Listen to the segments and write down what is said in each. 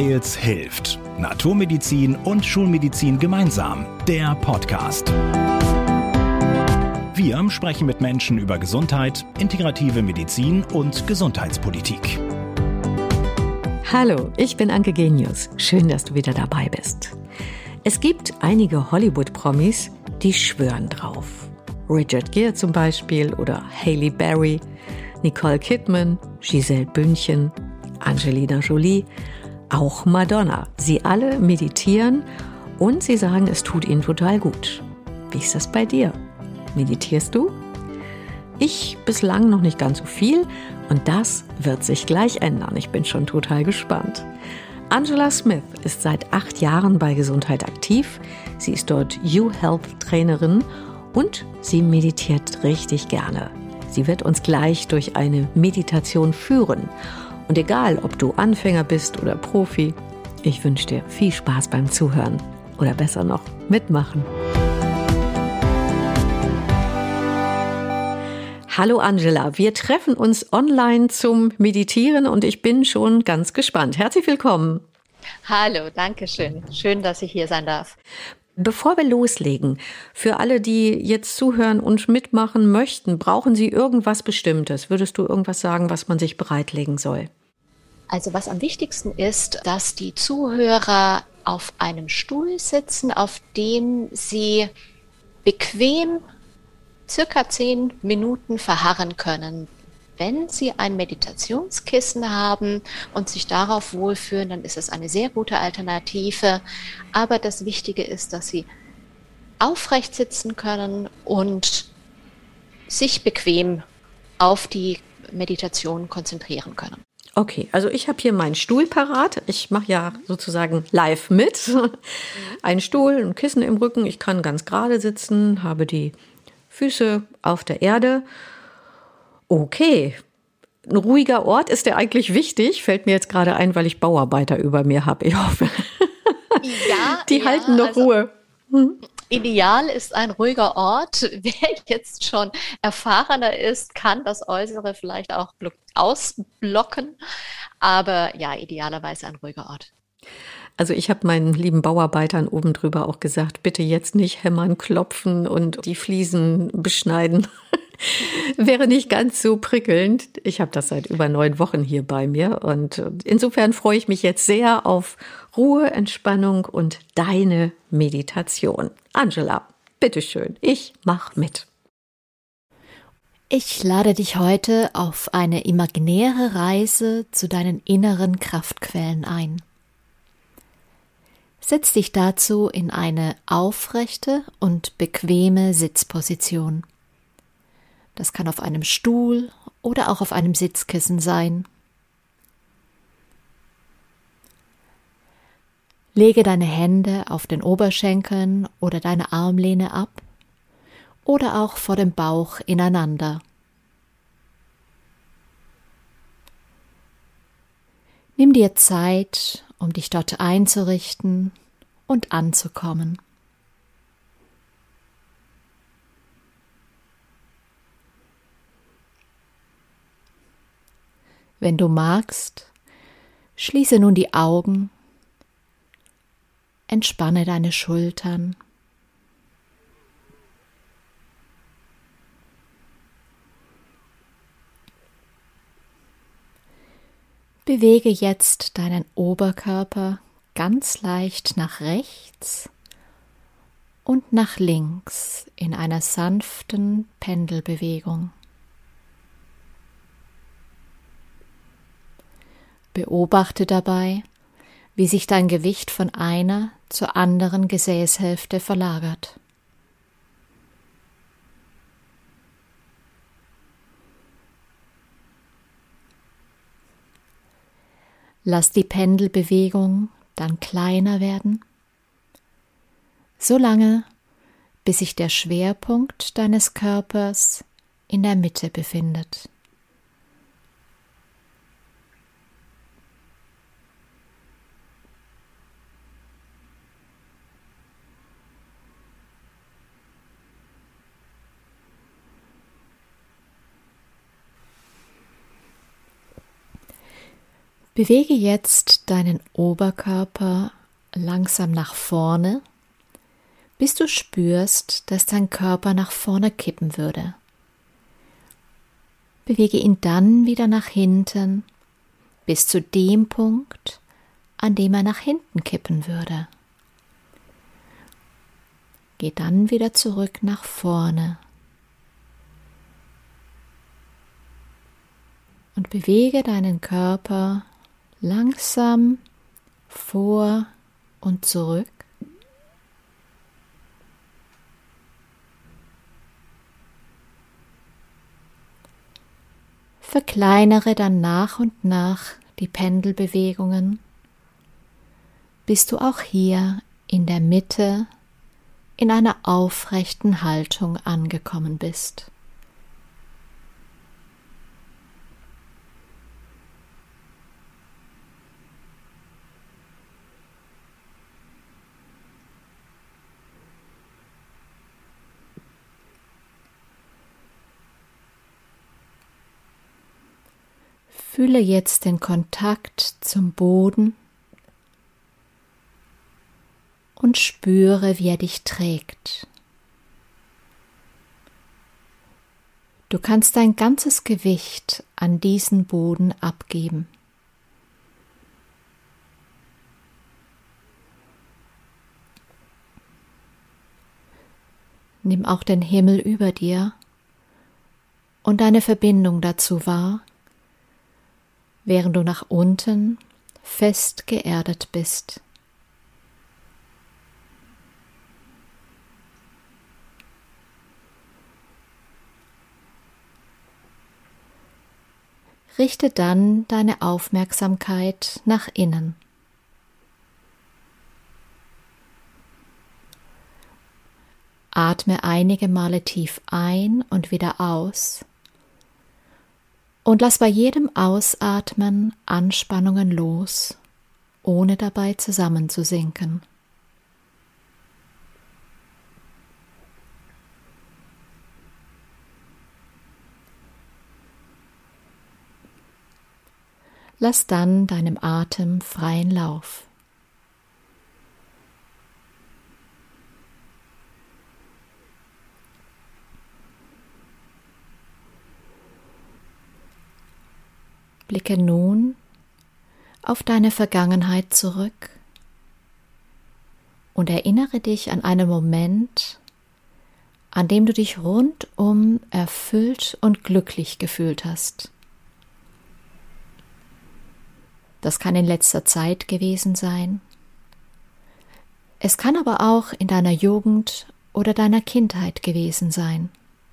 Weil's hilft. Naturmedizin und Schulmedizin gemeinsam. Der Podcast. Wir sprechen mit Menschen über Gesundheit, integrative Medizin und Gesundheitspolitik. Hallo, ich bin Anke Genius. Schön, dass du wieder dabei bist. Es gibt einige Hollywood-Promis, die schwören drauf. Richard Gere zum Beispiel oder Halle Berry, Nicole Kidman, Giselle Bündchen, Angelina Jolie, auch Madonna. Sie alle meditieren und sie sagen, es tut ihnen total gut. Wie ist das bei dir? Meditierst du? Ich bislang noch nicht ganz so viel und das wird sich gleich ändern. Ich bin schon total gespannt. Angela Smith ist seit 8 Jahren bei Gesundheit aktiv. Sie ist dort U-Health-Trainerin und sie meditiert richtig gerne. Sie wird uns gleich durch eine Meditation führen. Und egal, ob du Anfänger bist oder Profi, ich wünsche dir viel Spaß beim Zuhören. Oder besser noch, mitmachen. Hallo Angela, wir treffen uns online zum Meditieren und ich bin schon ganz gespannt. Herzlich willkommen. Hallo, danke schön. Schön, dass ich hier sein darf. Bevor wir loslegen, für alle, die jetzt zuhören und mitmachen möchten, brauchen Sie irgendwas Bestimmtes? Würdest du irgendwas sagen, was man sich bereitlegen soll? Also was am wichtigsten ist, dass die Zuhörer auf einem Stuhl sitzen, auf dem sie bequem circa 10 Minuten verharren können. Wenn Sie ein Meditationskissen haben und sich darauf wohlfühlen, dann ist es eine sehr gute Alternative. Aber das Wichtige ist, dass Sie aufrecht sitzen können und sich bequem auf die Meditation konzentrieren können. Okay, also ich habe hier meinen Stuhl parat. Ich mache ja sozusagen live mit. Ein Stuhl, ein Kissen im Rücken. Ich kann ganz gerade sitzen, habe die Füße auf der Erde. Okay, ein ruhiger Ort, ist der eigentlich wichtig? Fällt mir jetzt gerade ein, weil ich Bauarbeiter über mir habe. Ich hoffe, die halten noch Ruhe. Ideal ist ein ruhiger Ort. Wer jetzt schon erfahrener ist, kann das Äußere vielleicht auch ausblocken. Aber ja, idealerweise ein ruhiger Ort. Also ich habe meinen lieben Bauarbeitern oben drüber auch gesagt, bitte jetzt nicht hämmern, klopfen und die Fliesen beschneiden. Wäre nicht ganz so prickelnd. Ich habe das seit über 9 Wochen hier bei mir und insofern freue ich mich jetzt sehr auf Ruhe, Entspannung und deine Meditation. Angela, bitteschön, ich mach mit. Ich lade dich heute auf eine imaginäre Reise zu deinen inneren Kraftquellen ein. Setz dich dazu in eine aufrechte und bequeme Sitzposition. Das kann auf einem Stuhl oder auch auf einem Sitzkissen sein. Lege deine Hände auf den Oberschenkeln oder deine Armlehne ab oder auch vor dem Bauch ineinander. Nimm dir Zeit, um dich dort einzurichten und anzukommen. Wenn du magst, schließe nun die Augen, entspanne deine Schultern. Bewege jetzt deinen Oberkörper ganz leicht nach rechts und nach links in einer sanften Pendelbewegung. Beobachte dabei, wie sich dein Gewicht von einer zur anderen Gesäßhälfte verlagert. Lass die Pendelbewegung dann kleiner werden, solange bis sich der Schwerpunkt deines Körpers in der Mitte befindet. Bewege jetzt deinen Oberkörper langsam nach vorne, bis du spürst, dass dein Körper nach vorne kippen würde. Bewege ihn dann wieder nach hinten, bis zu dem Punkt, an dem er nach hinten kippen würde. Geh dann wieder zurück nach vorne und bewege deinen Körper langsam vor und zurück. Verkleinere dann nach und nach die Pendelbewegungen, bis du auch hier in der Mitte in einer aufrechten Haltung angekommen bist. Fühle jetzt den Kontakt zum Boden und spüre, wie er dich trägt. Du kannst dein ganzes Gewicht an diesen Boden abgeben. Nimm auch den Himmel über dir und deine Verbindung dazu wahr, während du nach unten fest geerdet bist. Richte dann deine Aufmerksamkeit nach innen. Atme einige Male tief ein und wieder aus. Und lass bei jedem Ausatmen Anspannungen los, ohne dabei zusammenzusinken. Lass dann deinem Atem freien Lauf. Blicke nun auf deine Vergangenheit zurück und erinnere dich an einen Moment, an dem du dich rundum erfüllt und glücklich gefühlt hast. Das kann in letzter Zeit gewesen sein. Es kann aber auch in deiner Jugend oder deiner Kindheit gewesen sein.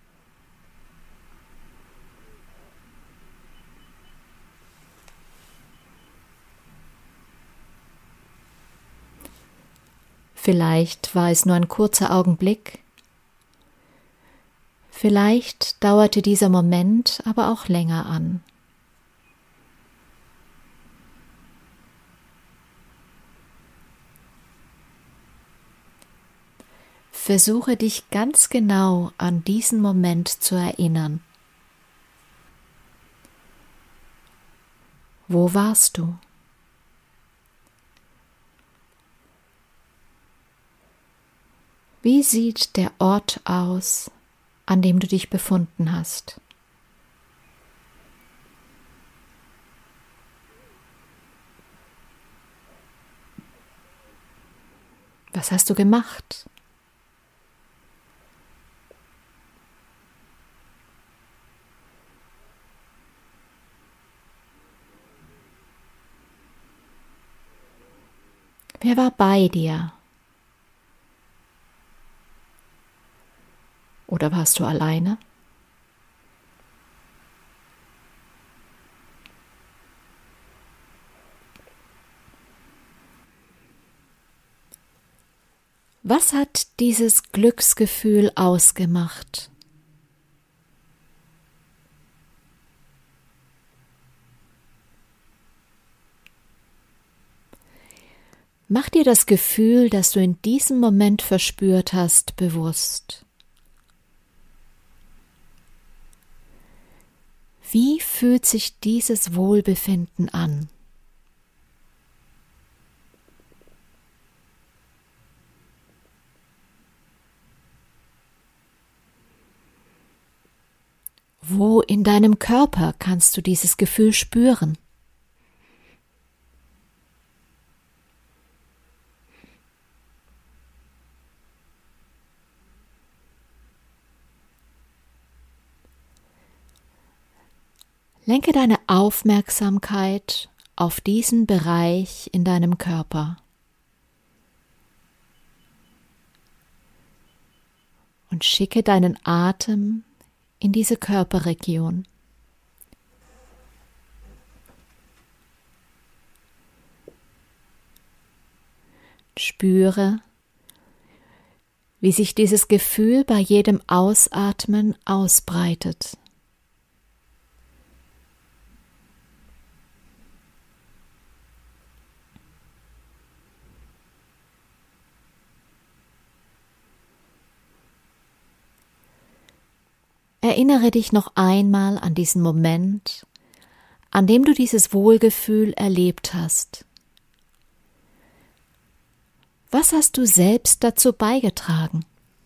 Vielleicht war es nur ein kurzer Augenblick. Vielleicht dauerte dieser Moment aber auch länger an. Versuche dich ganz genau an diesen Moment zu erinnern. Wo warst du? Wie sieht der Ort aus, an dem du dich befunden hast? Was hast du gemacht? Wer war bei dir? Oder warst du alleine? Was hat dieses Glücksgefühl ausgemacht? Mach dir das Gefühl, das du in diesem Moment verspürt hast, bewusst. Wie fühlt sich dieses Wohlbefinden an? Wo in deinem Körper kannst du dieses Gefühl spüren? Lenke deine Aufmerksamkeit auf diesen Bereich in deinem Körper und schicke deinen Atem in diese Körperregion. Spüre, wie sich dieses Gefühl bei jedem Ausatmen ausbreitet. Erinnere dich noch einmal an diesen Moment, an dem du dieses Wohlgefühl erlebt hast. Was hast du selbst dazu beigetragen?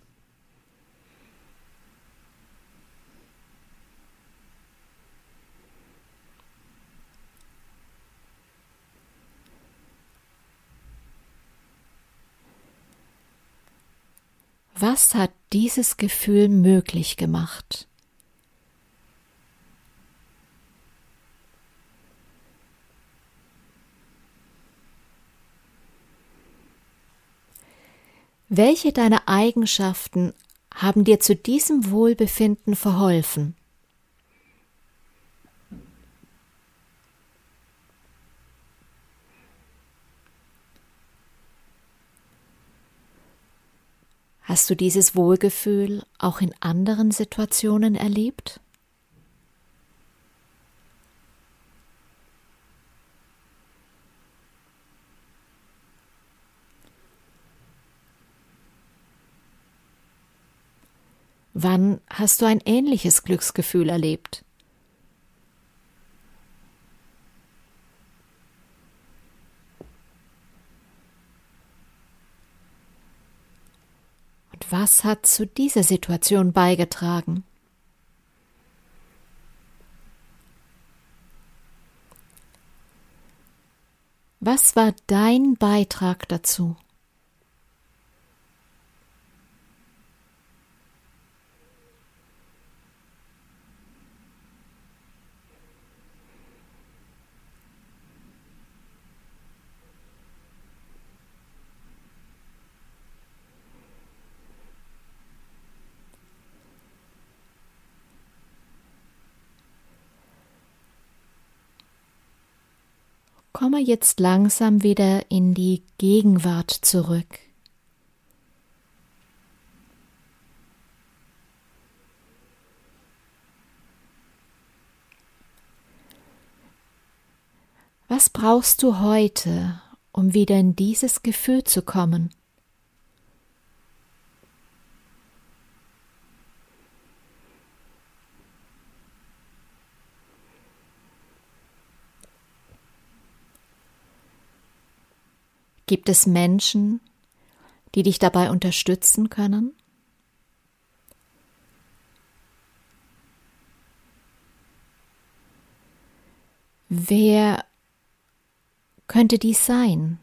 Was hat dieses Gefühl möglich gemacht? Welche deiner Eigenschaften haben dir zu diesem Wohlbefinden verholfen? Hast du dieses Wohlgefühl auch in anderen Situationen erlebt? Wann hast du ein ähnliches Glücksgefühl erlebt? Und was hat zu dieser Situation beigetragen? Was war dein Beitrag dazu? Komme jetzt langsam wieder in die Gegenwart zurück. Was brauchst du heute, um wieder in dieses Gefühl zu kommen? Gibt es Menschen, die dich dabei unterstützen können? Wer könnte dies sein?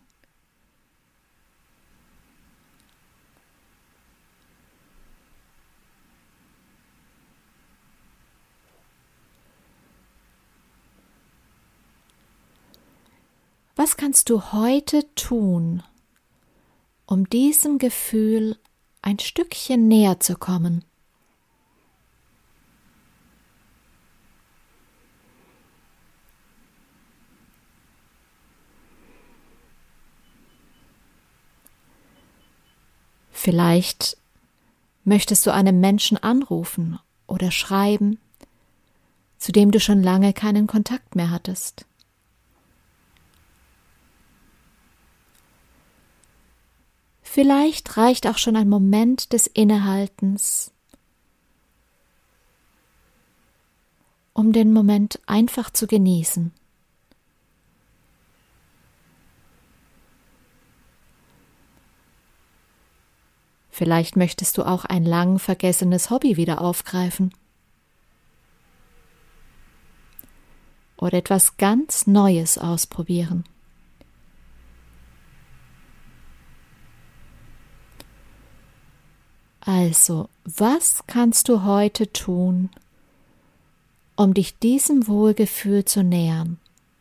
Was kannst du heute tun, um diesem Gefühl ein Stückchen näher zu kommen? Vielleicht möchtest du einen Menschen anrufen oder schreiben, zu dem du schon lange keinen Kontakt mehr hattest. Vielleicht reicht auch schon ein Moment des Innehaltens, um den Moment einfach zu genießen. Vielleicht möchtest du auch ein lang vergessenes Hobby wieder aufgreifen. oder etwas ganz Neues ausprobieren. Also, was kannst du heute tun, um dich diesem Wohlgefühl zu nähern?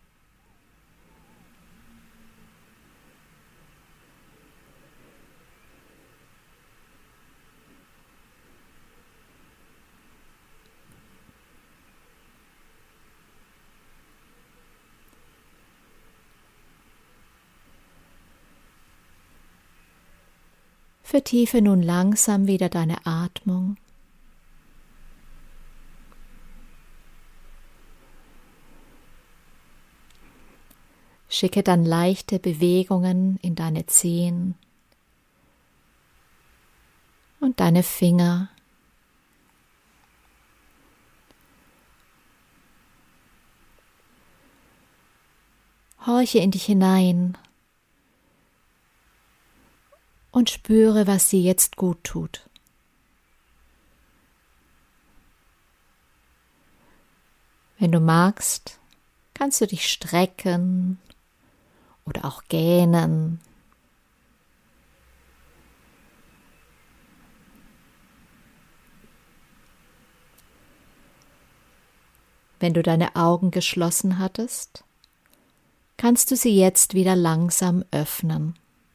Vertiefe nun langsam wieder deine Atmung. Schicke dann leichte Bewegungen in deine Zehen und deine Finger. Horche in dich hinein und spüre, was dir jetzt gut tut. Wenn du magst, kannst du dich strecken oder auch gähnen. Wenn du deine Augen geschlossen hattest, kannst du sie jetzt wieder langsam öffnen.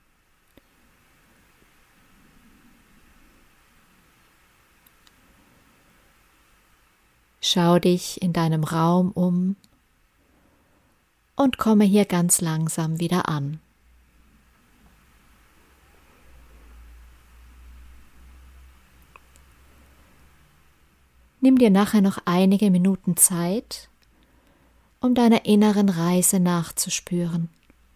Schau dich in deinem Raum um und komme hier ganz langsam wieder an. Nimm dir nachher noch einige Minuten Zeit, um deiner inneren Reise nachzuspüren.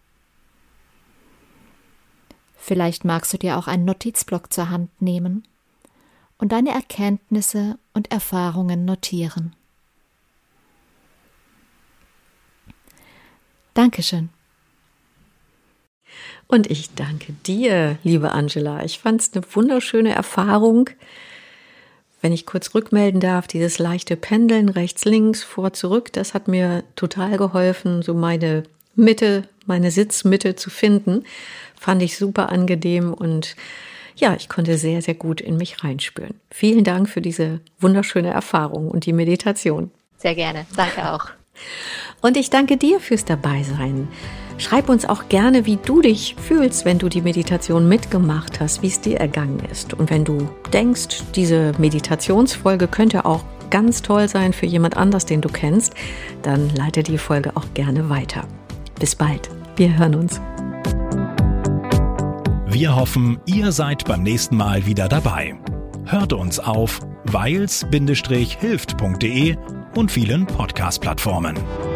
Vielleicht magst du dir auch einen Notizblock zur Hand nehmen und deine Erkenntnisse und Erfahrungen notieren. Dankeschön. Und ich danke dir, liebe Angela. Ich fand es eine wunderschöne Erfahrung. Wenn ich kurz rückmelden darf, dieses leichte Pendeln rechts, links, vor, zurück, das hat mir total geholfen, so meine Mitte, meine Sitzmitte zu finden. Fand ich super angenehm und ja, ich konnte sehr, sehr gut in mich reinspüren. Vielen Dank für diese wunderschöne Erfahrung und die Meditation. Sehr gerne. Danke auch. Und ich danke dir fürs Dabeisein. Schreib uns auch gerne, wie du dich fühlst, wenn du die Meditation mitgemacht hast, wie es dir ergangen ist. Und wenn du denkst, diese Meditationsfolge könnte auch ganz toll sein für jemand anders, den du kennst, dann leite die Folge auch gerne weiter. Bis bald. Wir hören uns. Wir hoffen, ihr seid beim nächsten Mal wieder dabei. Hört uns auf weils-hilft.de und vielen Podcast-Plattformen.